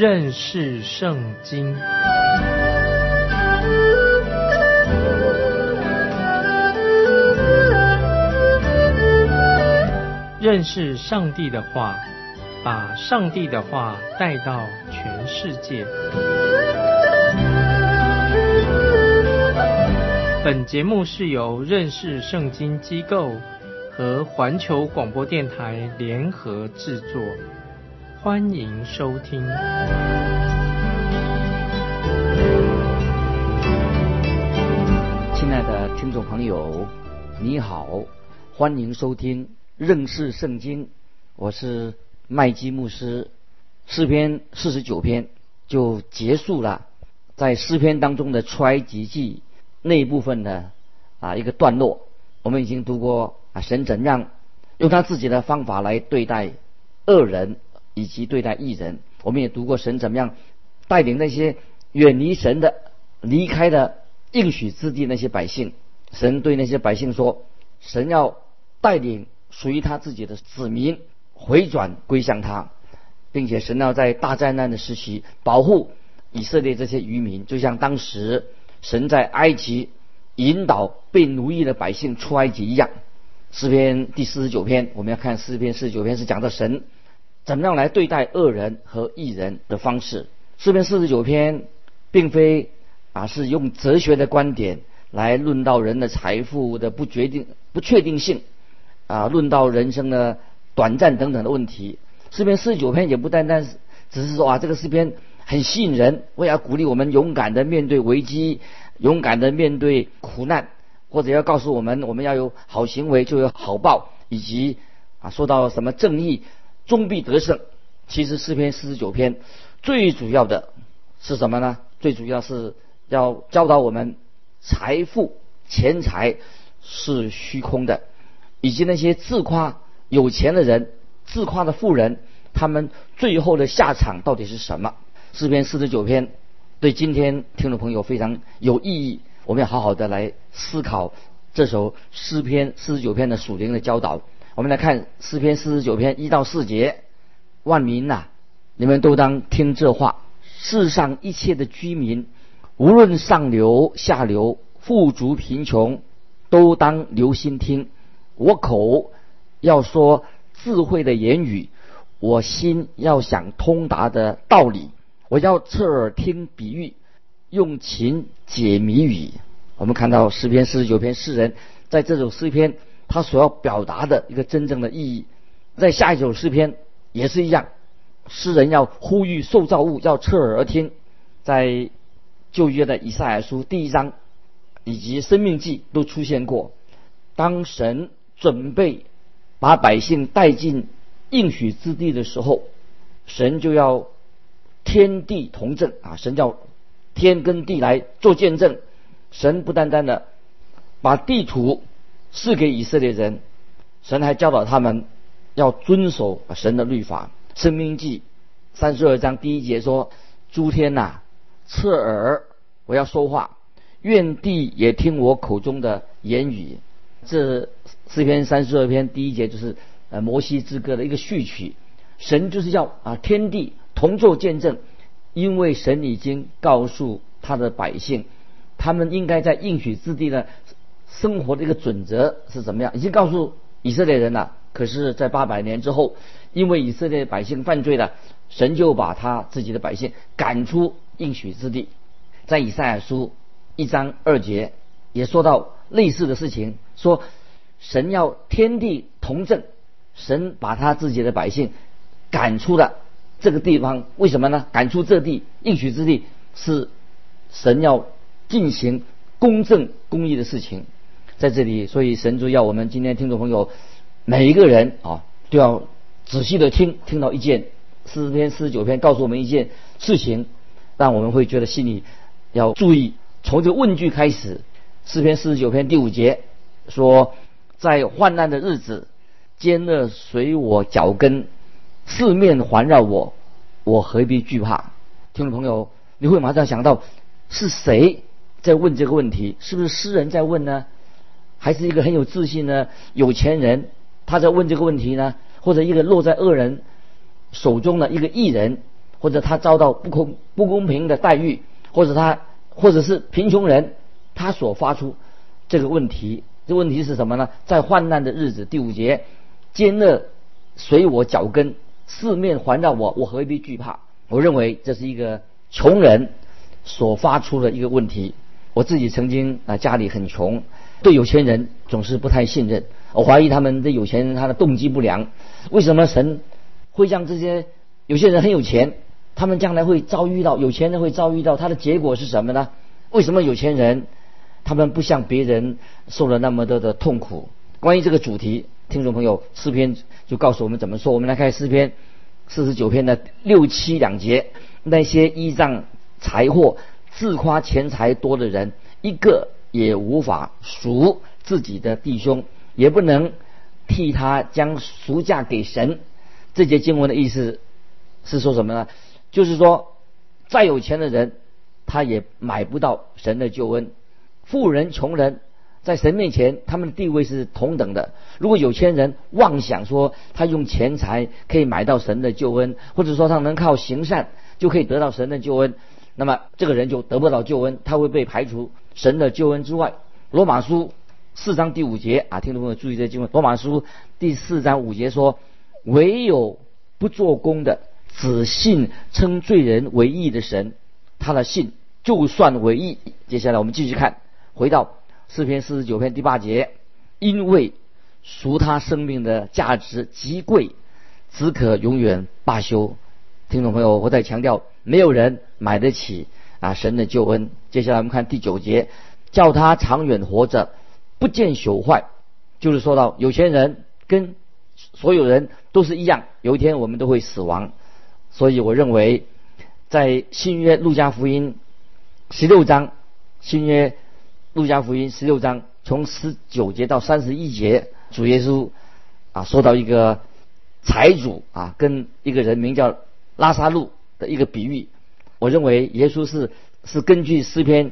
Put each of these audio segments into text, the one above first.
认识圣经。认识上帝的话，把上帝的话带到全世界。本节目是由认识圣经机构和环球广播电台联合制作，欢迎收听。 亲爱的听众朋友，你好，欢迎收听认识圣经，我是麦基牧师。诗篇49篇就结束了，在诗篇当中的出埃及记那一部分的一个段落，我们已经读过神怎样用他自己的方法来对待恶人以及对待义人。我们也读过神怎么样带领那些远离神的、离开了应许之地那些百姓。神对那些百姓说，神要带领属于他自己的子民回转归向他，并且神要在大灾难的时期保护以色列这些渔民，就像当时神在埃及引导被奴役的百姓出埃及一样。诗篇第49篇，我们要看诗篇49篇是讲到神怎么样来对待恶人和义人的方式。诗篇49篇并非是用哲学的观点来论到人的财富的不确定性论到人生的短暂等等的问题。诗篇49篇也不单单只是说这个诗篇很吸引人，为了鼓励我们勇敢的面对危机，勇敢的面对苦难，或者要告诉我们要有好行为就有好报，以及说到什么正义终必得胜。其实诗篇49篇最主要的是什么呢？最主要是要教导我们财富钱财是虚空的，以及那些自夸有钱的人、自夸的富人，他们最后的下场到底是什么。诗篇49篇对今天听众朋友非常有意义，我们要好好的来思考这首诗篇49篇的属灵的教导。我们来看诗篇49篇1到4节。万民你们都当听这话，世上一切的居民，无论上流下流，富足贫穷，都当留心听。我口要说智慧的言语，我心要想通达的道理。我要侧耳听比喻，用情解谜语。我们看到诗篇49篇诗人在这首诗篇他所要表达的一个真正的意义。在下一首诗篇也是一样，诗人要呼吁受造物要侧耳而听。在旧约的以赛亚书第1章以及申命记都出现过，当神准备把百姓带进应许之地的时候，神就要天地同证神叫天跟地来做见证。神不单单的把地图赐给以色列人，神还教导他们要遵守神的律法。申命记32章第1节说，诸天侧耳，我要说话，愿地也听我口中的言语。这诗篇32篇第1节就是摩西之歌的一个序曲。神就是要天地同作见证，因为神已经告诉他的百姓，他们应该在应许之地的生活的一个准则是怎么样，已经告诉以色列人了。可是在800年之后，因为以色列百姓犯罪了，神就把他自己的百姓赶出应许之地。在以赛亚书1章2节也说到类似的事情，说神要天地同证，神把他自己的百姓赶出了这个地方。为什么呢？赶出这地应许之地是神要进行公正公义的事情。在这里，所以神就要我们今天听众朋友每一个人都要仔细的听到一件诗篇49篇告诉我们一件事情，让我们会觉得心里要注意。从这个问句开始，诗篇49篇第5节说，在患难的日子，奸恶随我脚跟，四面环绕我，我何必惧怕？听众朋友，你会马上想到是谁在问这个问题？是不是诗人在问呢？还是一个很有自信的有钱人他在问这个问题呢？或者一个落在恶人手中的一个义人， 或者他遭到不公平的待遇，或者是贫穷人，他所发出这个问题。这问题是什么呢？在患难的日子，第5节，坚恶随我脚跟，四面环绕我，我何必惧怕？我认为这是一个穷人所发出的一个问题。我自己曾经家里很穷，对有钱人总是不太信任，我怀疑他们的有钱人他的动机不良。为什么神会让这些有些人很有钱，他们将来会遭遇到，有钱人会遭遇到，他的结果是什么呢？为什么有钱人他们不像别人受了那么多的痛苦？关于这个主题，听众朋友，诗篇就告诉我们怎么说。我们来看诗篇49篇的6、7两节。那些依仗财货自夸钱财多的人，一个也无法赎自己的弟兄，也不能替他将赎价给神。这节经文的意思是说什么呢？就是说再有钱的人他也买不到神的救恩。富人穷人在神面前他们的地位是同等的。如果有钱人妄想说他用钱财可以买到神的救恩，或者说他能靠行善就可以得到神的救恩，那么这个人就得不到救恩，他会被排除神的救恩之外。罗马书4章第5节听众朋友注意这经文。罗马书第4章5节说，唯有不做工的，只信称罪人为义的神，他的信就算为义。接下来我们继续看，回到诗篇49篇第8节，因为赎他生命的价值极贵，只可永远罢休。听众朋友，我再强调，没有人买得起神的救恩。接下来我们看第9节，叫他长远活着，不见朽坏。就是说到有钱人跟所有人都是一样，有一天我们都会死亡。所以我认为在新约路加福音16章，新约路加福音16章从19节到31节，主耶稣说到一个财主跟一个人名叫拉撒路的一个比喻。我认为耶稣是根据诗篇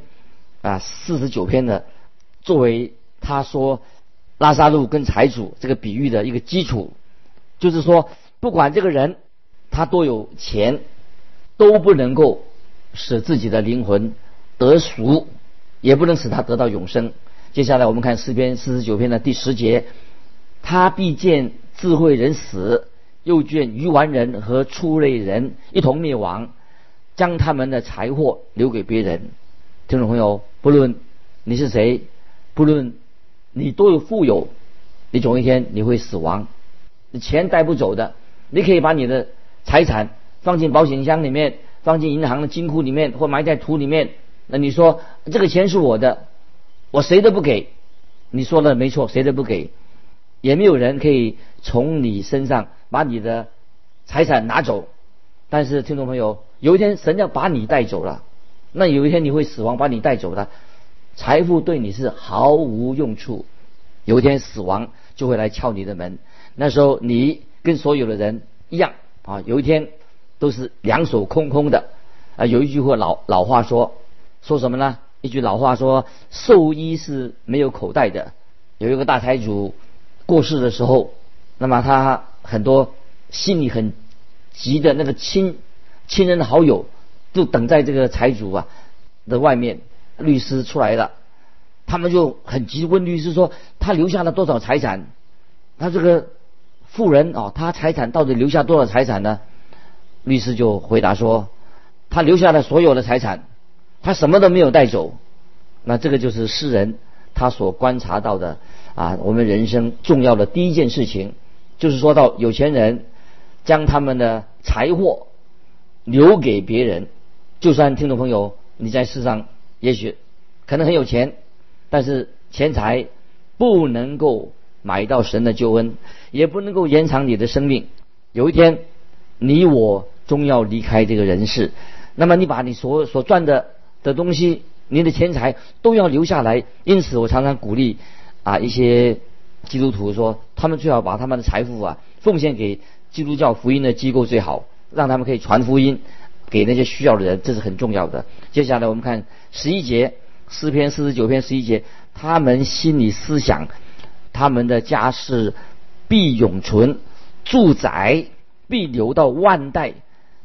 49篇的作为他说拉撒路跟财主这个比喻的一个基础。就是说不管这个人他多有钱，都不能够使自己的灵魂得赎，也不能使他得到永生。接下来我们看诗篇49篇的第10节，他必见智慧人死，又见愚顽人和畜类人一同灭亡，将他们的财货留给别人。听众朋友，不论你是谁，不论你多有富有，你总有一天你会死亡，你钱带不走的。你可以把你的财产放进保险箱里面，放进银行的金库里面，或埋在土里面。那你说这个钱是我的，我谁都不给，你说的没错，谁都不给，也没有人可以从你身上把你的财产拿走。但是听众朋友，有一天神要把你带走了，那有一天你会死亡，把你带走了，财富对你是毫无用处。有一天死亡就会来敲你的门，那时候你跟所有的人一样有一天都是两手空空的。有一句话老话说什么呢？一句老话说，寿衣是没有口袋的。有一个大财主过世的时候，那么他很多心里很急的那个亲人好友就等在这个财主的外面，律师出来了，他们就很急问律师说，他留下了多少财产？他这个富人他财产到底留下多少财产呢？律师就回答说，他留下了所有的财产，他什么都没有带走。那这个就是诗人他所观察到的我们人生重要的第一件事情，就是说到有钱人将他们的财货留给别人。就算听众朋友你在世上也许可能很有钱，但是钱财不能够买到神的救恩，也不能够延长你的生命。有一天你我终要离开这个人世，那么你把你所赚的东西，你的钱财都要留下来。因此我常常鼓励一些基督徒说，他们最好把他们的财富奉献给基督教福音的机构最好，让他们可以传福音给那些需要的人，这是很重要的。接下来我们看11节，诗篇49篇11节，他们心里思想，他们的家世必永存，住宅必留到万代，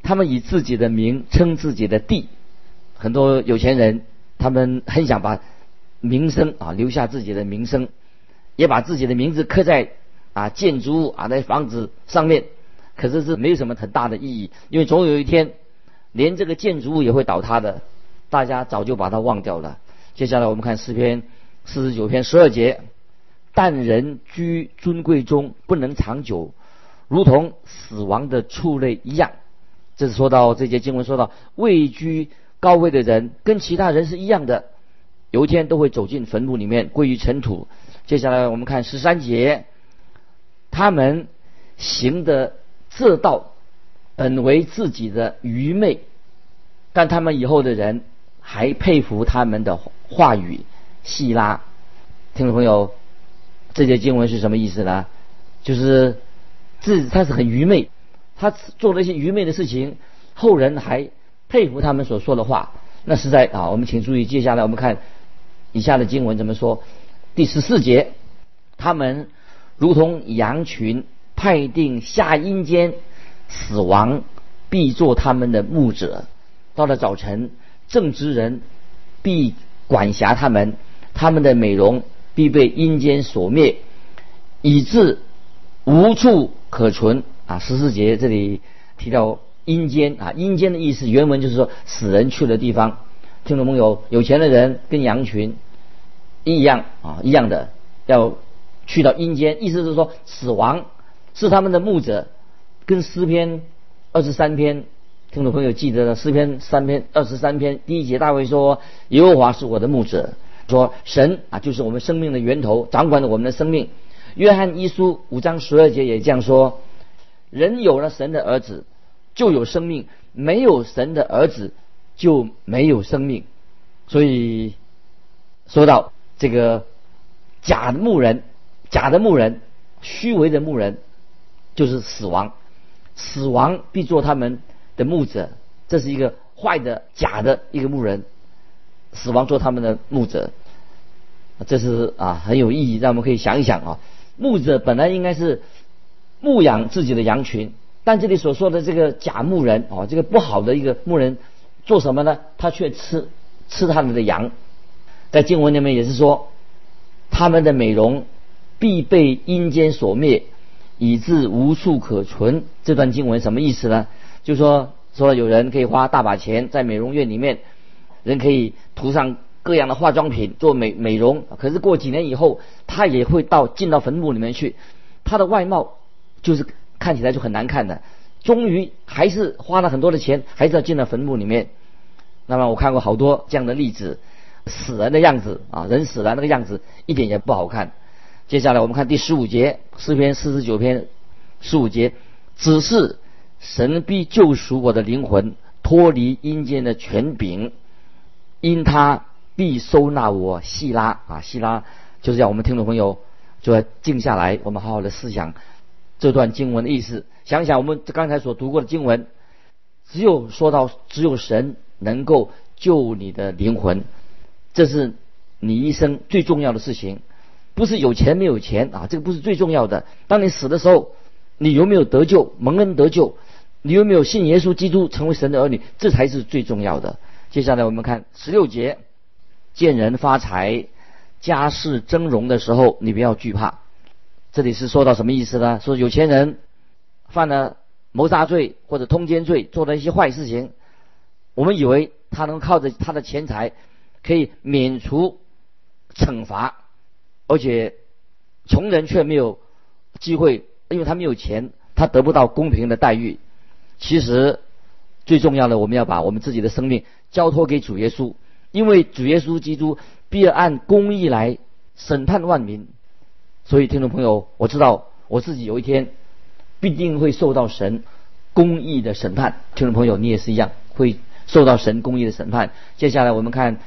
他们以自己的名称自己的地。很多有钱人他们很想把名声留下自己的名声，也把自己的名字刻在建筑物在房子上面。可是这没有什么很大的意义，因为总有一天连这个建筑物也会倒塌的，大家早就把它忘掉了。接下来我们看诗篇49篇12节，但人居尊贵中不能长久，如同死亡的畜类一样。这是说到这节经文说到位居高位的人跟其他人是一样的，有一天都会走进坟墓里面归于尘土。接下来我们看13节，他们行的这道本为自己的愚昧，但他们以后的人还佩服他们的话语。细拉，听众朋友，这节经文是什么意思呢？就是他是很愚昧，他做了一些愚昧的事情，后人还佩服他们所说的话。那实在我们请注意，接下来我们看以下的经文怎么说。第14节，他们如同羊群派定下阴间，死亡必做他们的牧者。到了早晨，正直人必管辖他们，他们的美容必被阴间所灭，以致无处可存。14节这里提到阴间阴间的意思原文就是说死人去的地方。听众朋友，有钱的人跟羊群一样的要去到阴间，意思是说死亡是他们的牧者。跟诗篇23篇，听众朋友记得的，诗篇23篇第1节，大卫说耶和华是我的牧者，说神就是我们生命的源头，掌管着我们的生命。约翰一书5章12节也这样说，人有了神的儿子就有生命，没有神的儿子就没有生命。所以说到这个假的牧人，虚伪的牧人就是死亡，死亡必做他们的牧者。这是一个坏的假的一个牧人，死亡做他们的牧者。这是很有意义，让我们可以想一想牧者本来应该是牧养自己的羊群，但这里所说的这个假牧人这个不好的一个牧人做什么呢？他却吃他们的羊。在经文里面也是说，他们的美容必被阴间所灭，以致无处可存。这段经文什么意思呢？就是说有人可以花大把钱在美容院里面，人可以涂上各样的化妆品做美容，可是过几年以后他也会进到坟墓里面去，他的外貌就是看起来就很难看的，终于还是花了很多的钱，还是要进到坟墓里面。那么我看过好多这样的例子，死人的样子人死了那个样子一点也不好看。接下来我们看第15节，诗篇49篇15节，只是神必救赎我的灵魂，脱离阴间的权柄，因他必收纳我。细拉细拉就是要我们听众朋友就要静下来，我们好好的思想这段经文的意思。想想我们刚才所读过的经文，只有神能够救你的灵魂，这是你一生最重要的事情。不是有钱没有钱这个不是最重要的。当你死的时候，你有没有得救，蒙恩得救，你有没有信耶稣基督成为神的儿女，这才是最重要的。接下来我们看16节，见人发财家世峥嵘的时候，你不要惧怕。这里是说到什么意思呢？说有钱人犯了谋杀罪或者通奸罪，做了一些坏事情，我们以为他能靠着他的钱财可以免除惩罚，而且穷人却没有机会，因为他没有钱，他得不到公平的待遇。其实最重要的，我们要把我们自己的生命交托给主耶稣，因为主耶稣基督必要按公义来审判万民。所以听众朋友，我知道我自己有一天必定会受到神公义的审判。听众朋友，你也是一样会受到神公义的审判。接下来我们看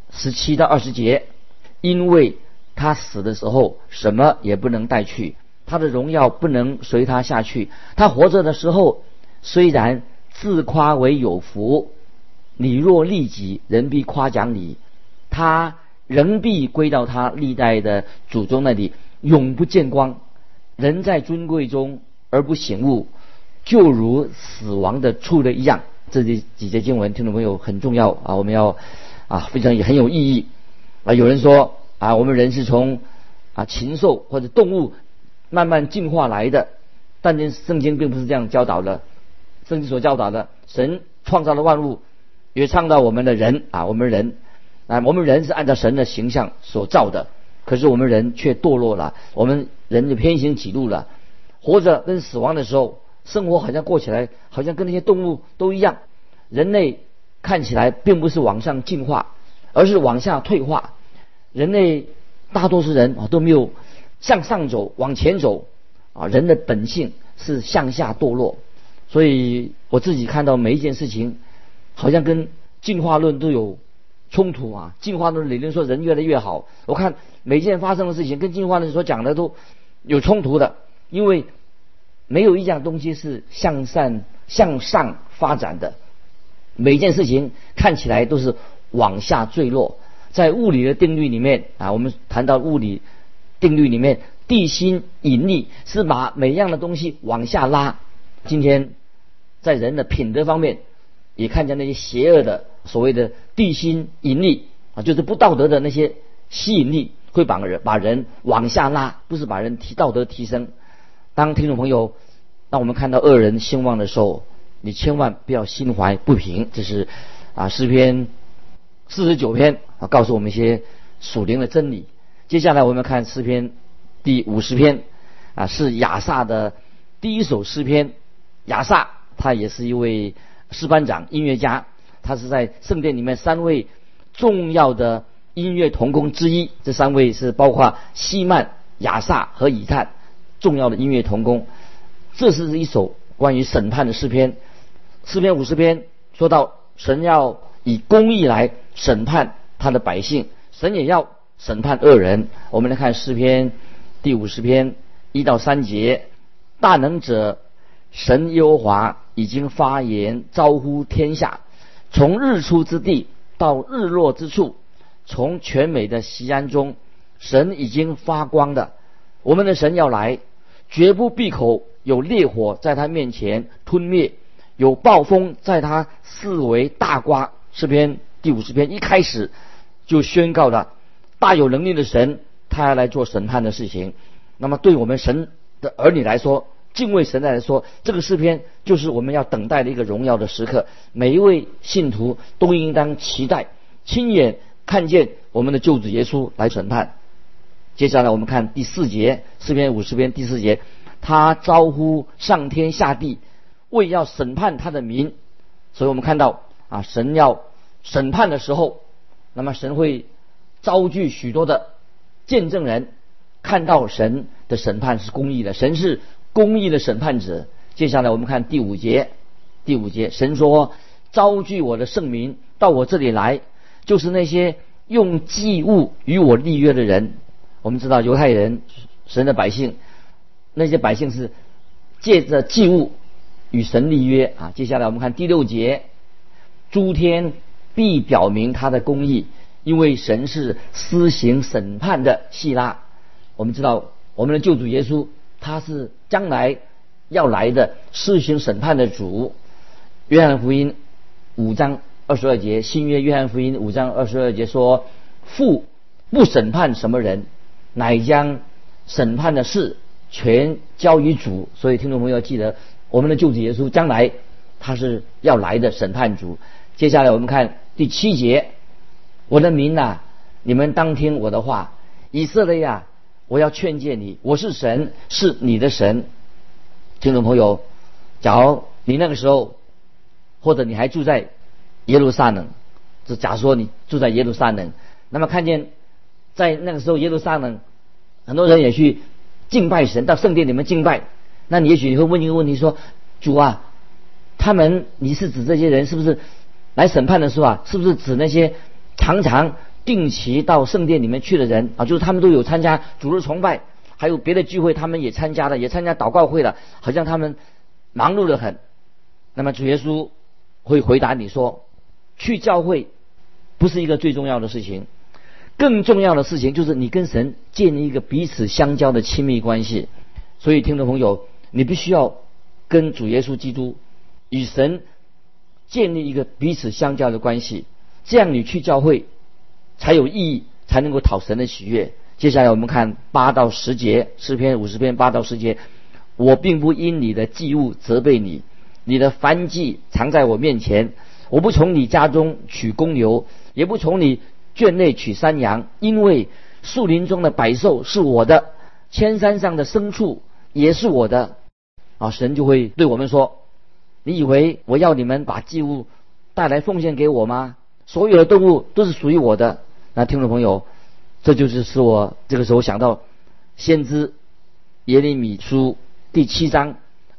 17到20节，因为他死的时候什么也不能带去，他的荣耀不能随他下去。他活着的时候虽然自夸为有福，你若利己，人必夸奖你，他仍必归到他历代的祖宗那里，永不见光。人在尊贵中而不醒悟， 就如死亡的畜类一样。这几节经文，听众朋友很重要啊，我们要非常很有意义啊。有人说我们人是从禽兽或者动物慢慢进化来的，但圣经并不是这样教导的。圣经所教导的，神创造了万物，也创造我们的人我们人是按照神的形象所造的，可是我们人却堕落了，我们人就偏行己路了，活着跟死亡的时候，生活好像过起来好像跟那些动物都一样。人类看起来并不是往上进化，而是往下退化。人类大多数人都没有向上走，往前走人的本性是向下堕落。所以我自己看到每一件事情好像跟进化论都有冲突进化论理论说人越来越好，我看每一件发生的事情跟进化论所讲的都有冲突的，因为没有一样东西是向上发展的，每一件事情看起来都是往下坠落。在物理的定律里面我们谈到物理定律里面，地心引力是把每样的东西往下拉。今天在人的品德方面也看见那些邪恶的所谓的地心引力就是不道德的那些吸引力，会把人往下拉，不是把人道德提升。当听众朋友，当我们看到恶人兴旺的时候，你千万不要心怀不平。这是诗篇49篇告诉我们一些属灵的真理。接下来我们看诗篇第50篇是亚萨的第一首诗篇。亚萨他也是一位诗班长音乐家，他是在圣殿里面3位重要的音乐同工之一。这3位是包括希曼、亚萨和以探，重要的音乐同工。这是一首关于审判的诗篇。诗篇50篇说到神要以公义来审判他的百姓，神也要审判恶人。我们来看诗篇第50篇1到3节。大能者神耶和华已经发言招呼天下，从日出之地到日落之处，从全美的锡安中，神已经发光的。我们的神要来，绝不闭口，有烈火在他面前吞灭，有暴风在他四围大刮。诗篇第50篇一开始就宣告了大有能力的神他要来做审判的事情。那么对我们神的儿女来说，敬畏神来说，这个诗篇就是我们要等待的一个荣耀的时刻。每一位信徒都应当期待亲眼看见我们的救主耶稣来审判。接下来我们看第4节，诗篇50篇第4节，他招呼上天下地，为要审判他的民。所以我们看到神要审判的时候，那么神会招聚许多的见证人，看到神的审判是公义的，神是公义的审判者。接下来我们看第5节，神说招聚我的圣民到我这里来，就是那些用祭物与我立约的人。我们知道犹太人神的百姓，那些百姓是借着祭物与神立约接下来我们看第6节，诸天必表明他的公义，因为神是施行审判的细拉。我们知道我们的救主耶稣他是将来要来的施行审判的主。约翰福音5章22节，新约约翰福音5章22节说，父不审判什么人，乃将审判的事全交于主。所以听众朋友记得，我们的救主耶稣将来他是要来的审判主。接下来我们看第7节，我的民你们当听我的话，以色列我要劝诫你，我是神，是你的神。听众朋友，假如你那个时候，或者你还住在耶路撒冷，就假如说你住在耶路撒冷，那么看见在那个时候耶路撒冷很多人也去敬拜神，到圣殿里面敬拜，那你也许你会问一个问题说，主他们你是指这些人是不是来审判的时候是不是指那些常常定期到圣殿里面去的人就是他们都有参加主日崇拜，还有别的聚会他们也参加了，也参加祷告会了，好像他们忙碌得很。那么主耶稣会回答你说，去教会不是一个最重要的事情，更重要的事情就是你跟神建立一个彼此相交的亲密关系。所以听众朋友，你必须要跟主耶稣基督与神建立一个彼此相交的关系，这样你去教会才有意义，才能够讨神的喜悦。接下来我们看8到10节，诗篇50篇8到10节。我并不因你的祭物责备你，你的燔祭藏在我面前。我不从你家中取公牛，也不从你圈内取山羊，因为树林中的百兽是我的，千山上的牲畜也是我的。神就会对我们说，你以为我要你们把祭物带来奉献给我吗？所有的动物都是属于我的。那听众朋友，这就是使我这个时候想到先知耶利米书第7章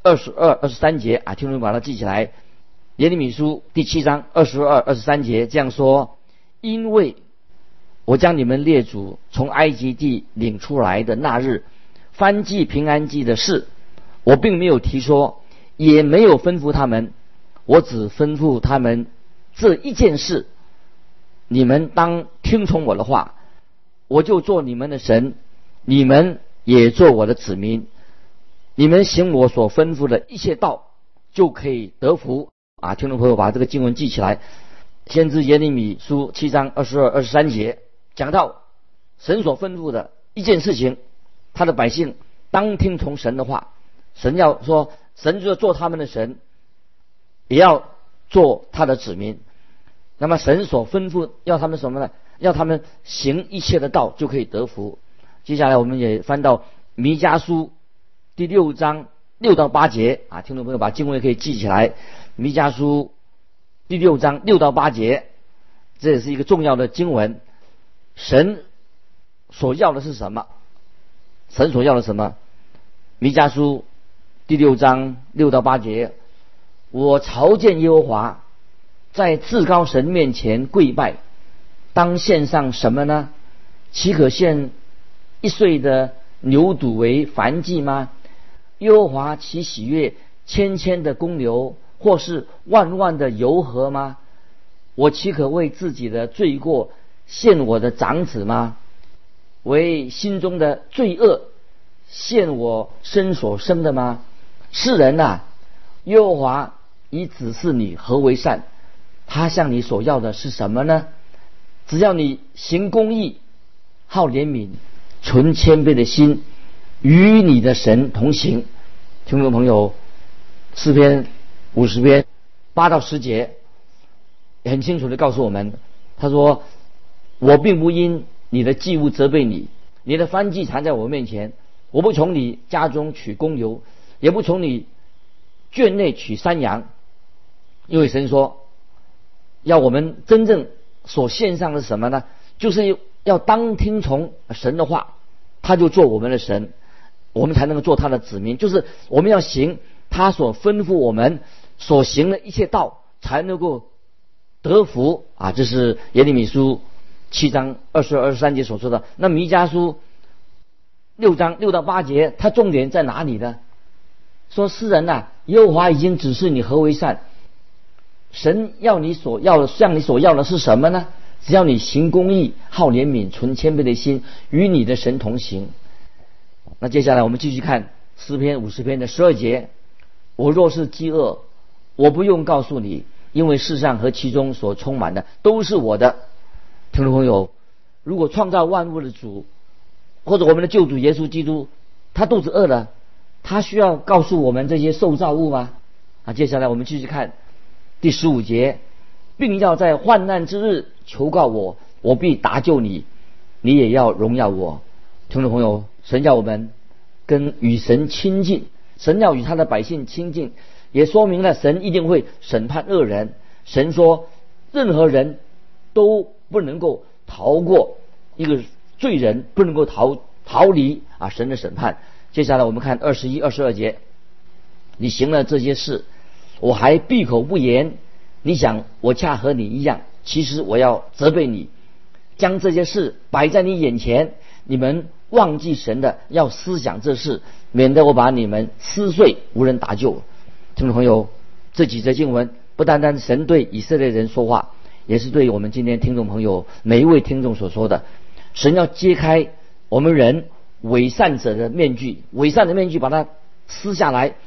22、23节听众把它记起来。耶利米书第7章22、23节这样说：因为我将你们列祖从埃及地领出来的那日，燔祭平安祭的事，我并没有提说，也没有吩咐他们，我只吩咐他们这一件事：你们当听从我的话，我就做你们的神，你们也做我的子民。你们行我所吩咐的一切道，就可以得福。听众朋友把这个经文记起来。先知耶利米书7章22、23节讲到神所吩咐的一件事情，他的百姓当听从神的话。神要说，神就要做他们的神，也要做他的子民。那么神所吩咐要他们什么呢？要他们行一切的道，就可以得福。接下来我们也翻到弥迦书第6章6到8节听众朋友把经文也可以记起来。弥迦书第6章6到8节，这也是一个重要的经文。神所要的是什么？神所要的什么？弥迦书第6章6到8节，我朝见耶和华，在至高神面前跪拜，当献上什么呢？岂可献1岁的牛犊为燔祭吗？耶和华岂喜悦千千的公牛，或是万万的油河吗？我岂可为自己的罪过献我的长子吗？为心中的罪恶献我身所生的吗？世人耶和华已指示你何为善，他向你所要的是什么呢？只要你行公义，好怜悯，存谦卑的心，与你的神同行。听众朋友，诗篇50篇8到10节很清楚地告诉我们，他说，我并不因你的祭物责备你，你的燔祭藏在我面前。我不从你家中取公牛，也不从你圈内取山羊。因为神说，要我们真正所献上的是什么呢？就是要当听从神的话，他就做我们的神，我们才能够做他的子民。就是我们要行他所吩咐我们所行的一切道，才能够得福这是耶利米书7章22、23节所说的。那弥迦书6章6到8节，它重点在哪里呢？说世人耶和华已经指示你何为善。神向你所要的是什么呢？只要你行公义，好怜悯，存谦卑的心，与你的神同行。那接下来我们继续看诗篇50篇的12节，我若是饥饿，我不用告诉你，因为世上和其中所充满的都是我的。听众朋友，如果创造万物的主，或者我们的救主耶稣基督，他肚子饿了，他需要告诉我们这些受造物吗？接下来我们继续看第15节，并要在患难之日求告我，我必搭救你，你也要荣耀我。听众朋友，神要我们与神亲近，神要与他的百姓亲近，也说明了神一定会审判恶人。神说，任何人都不能够逃过一个罪人，不能够逃离神的审判。接下来我们看21、22节，你行了这些事，我还闭口不言。你想我恰和你一样，其实我要责备你，将这些事摆在你眼前。你们忘记神的，要思想这事，免得我把你们撕碎，无人搭救。听众朋友，这几则经文不单单神对以色列人说话，也是对我们今天听众朋友每一位听众所说的。神要揭开我们人伪善者的面具，伪善的面具把它撕下来，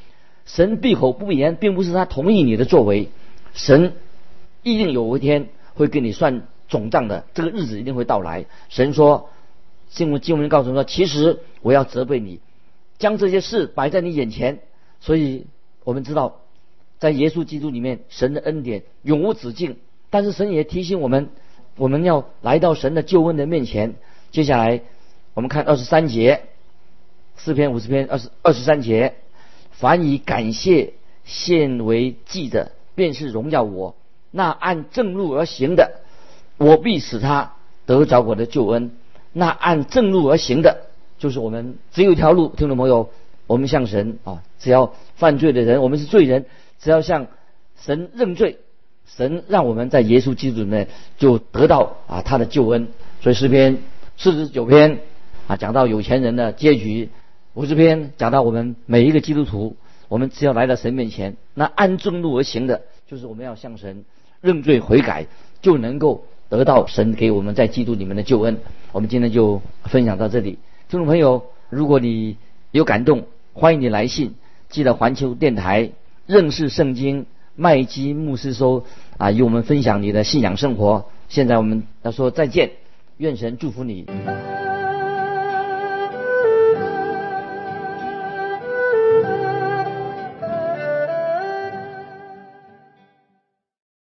神闭口不言，并不是他同意你的作为，神一定有一天会跟你算总账的，这个日子一定会到来。神说，经文告诉说，其实我要责备你，将这些事摆在你眼前。所以我们知道，在耶稣基督里面，神的恩典永无止境。但是神也提醒我们，我们要来到神的救恩的面前。接下来我们看23节，诗篇50篇23节，凡以感谢献为祭的，便是荣耀我；那按正路而行的，我必使他得着我的救恩。那按正路而行的，就是我们只有一条路。听众朋友，我们向神只要犯罪的人，我们是罪人，只要向神认罪，神让我们在耶稣基督里面就得到他的救恩。所以诗篇49篇讲到有钱人的结局，50篇讲到我们每一个基督徒，我们只要来到神面前，那按正路而行的，就是我们要向神认罪悔改，就能够得到神给我们在基督里面的救恩。我们今天就分享到这里。听众朋友，如果你有感动，欢迎你来信，记得环球电台认识圣经麦基牧师收与我们分享你的信仰生活。现在我们要说再见，愿神祝福你。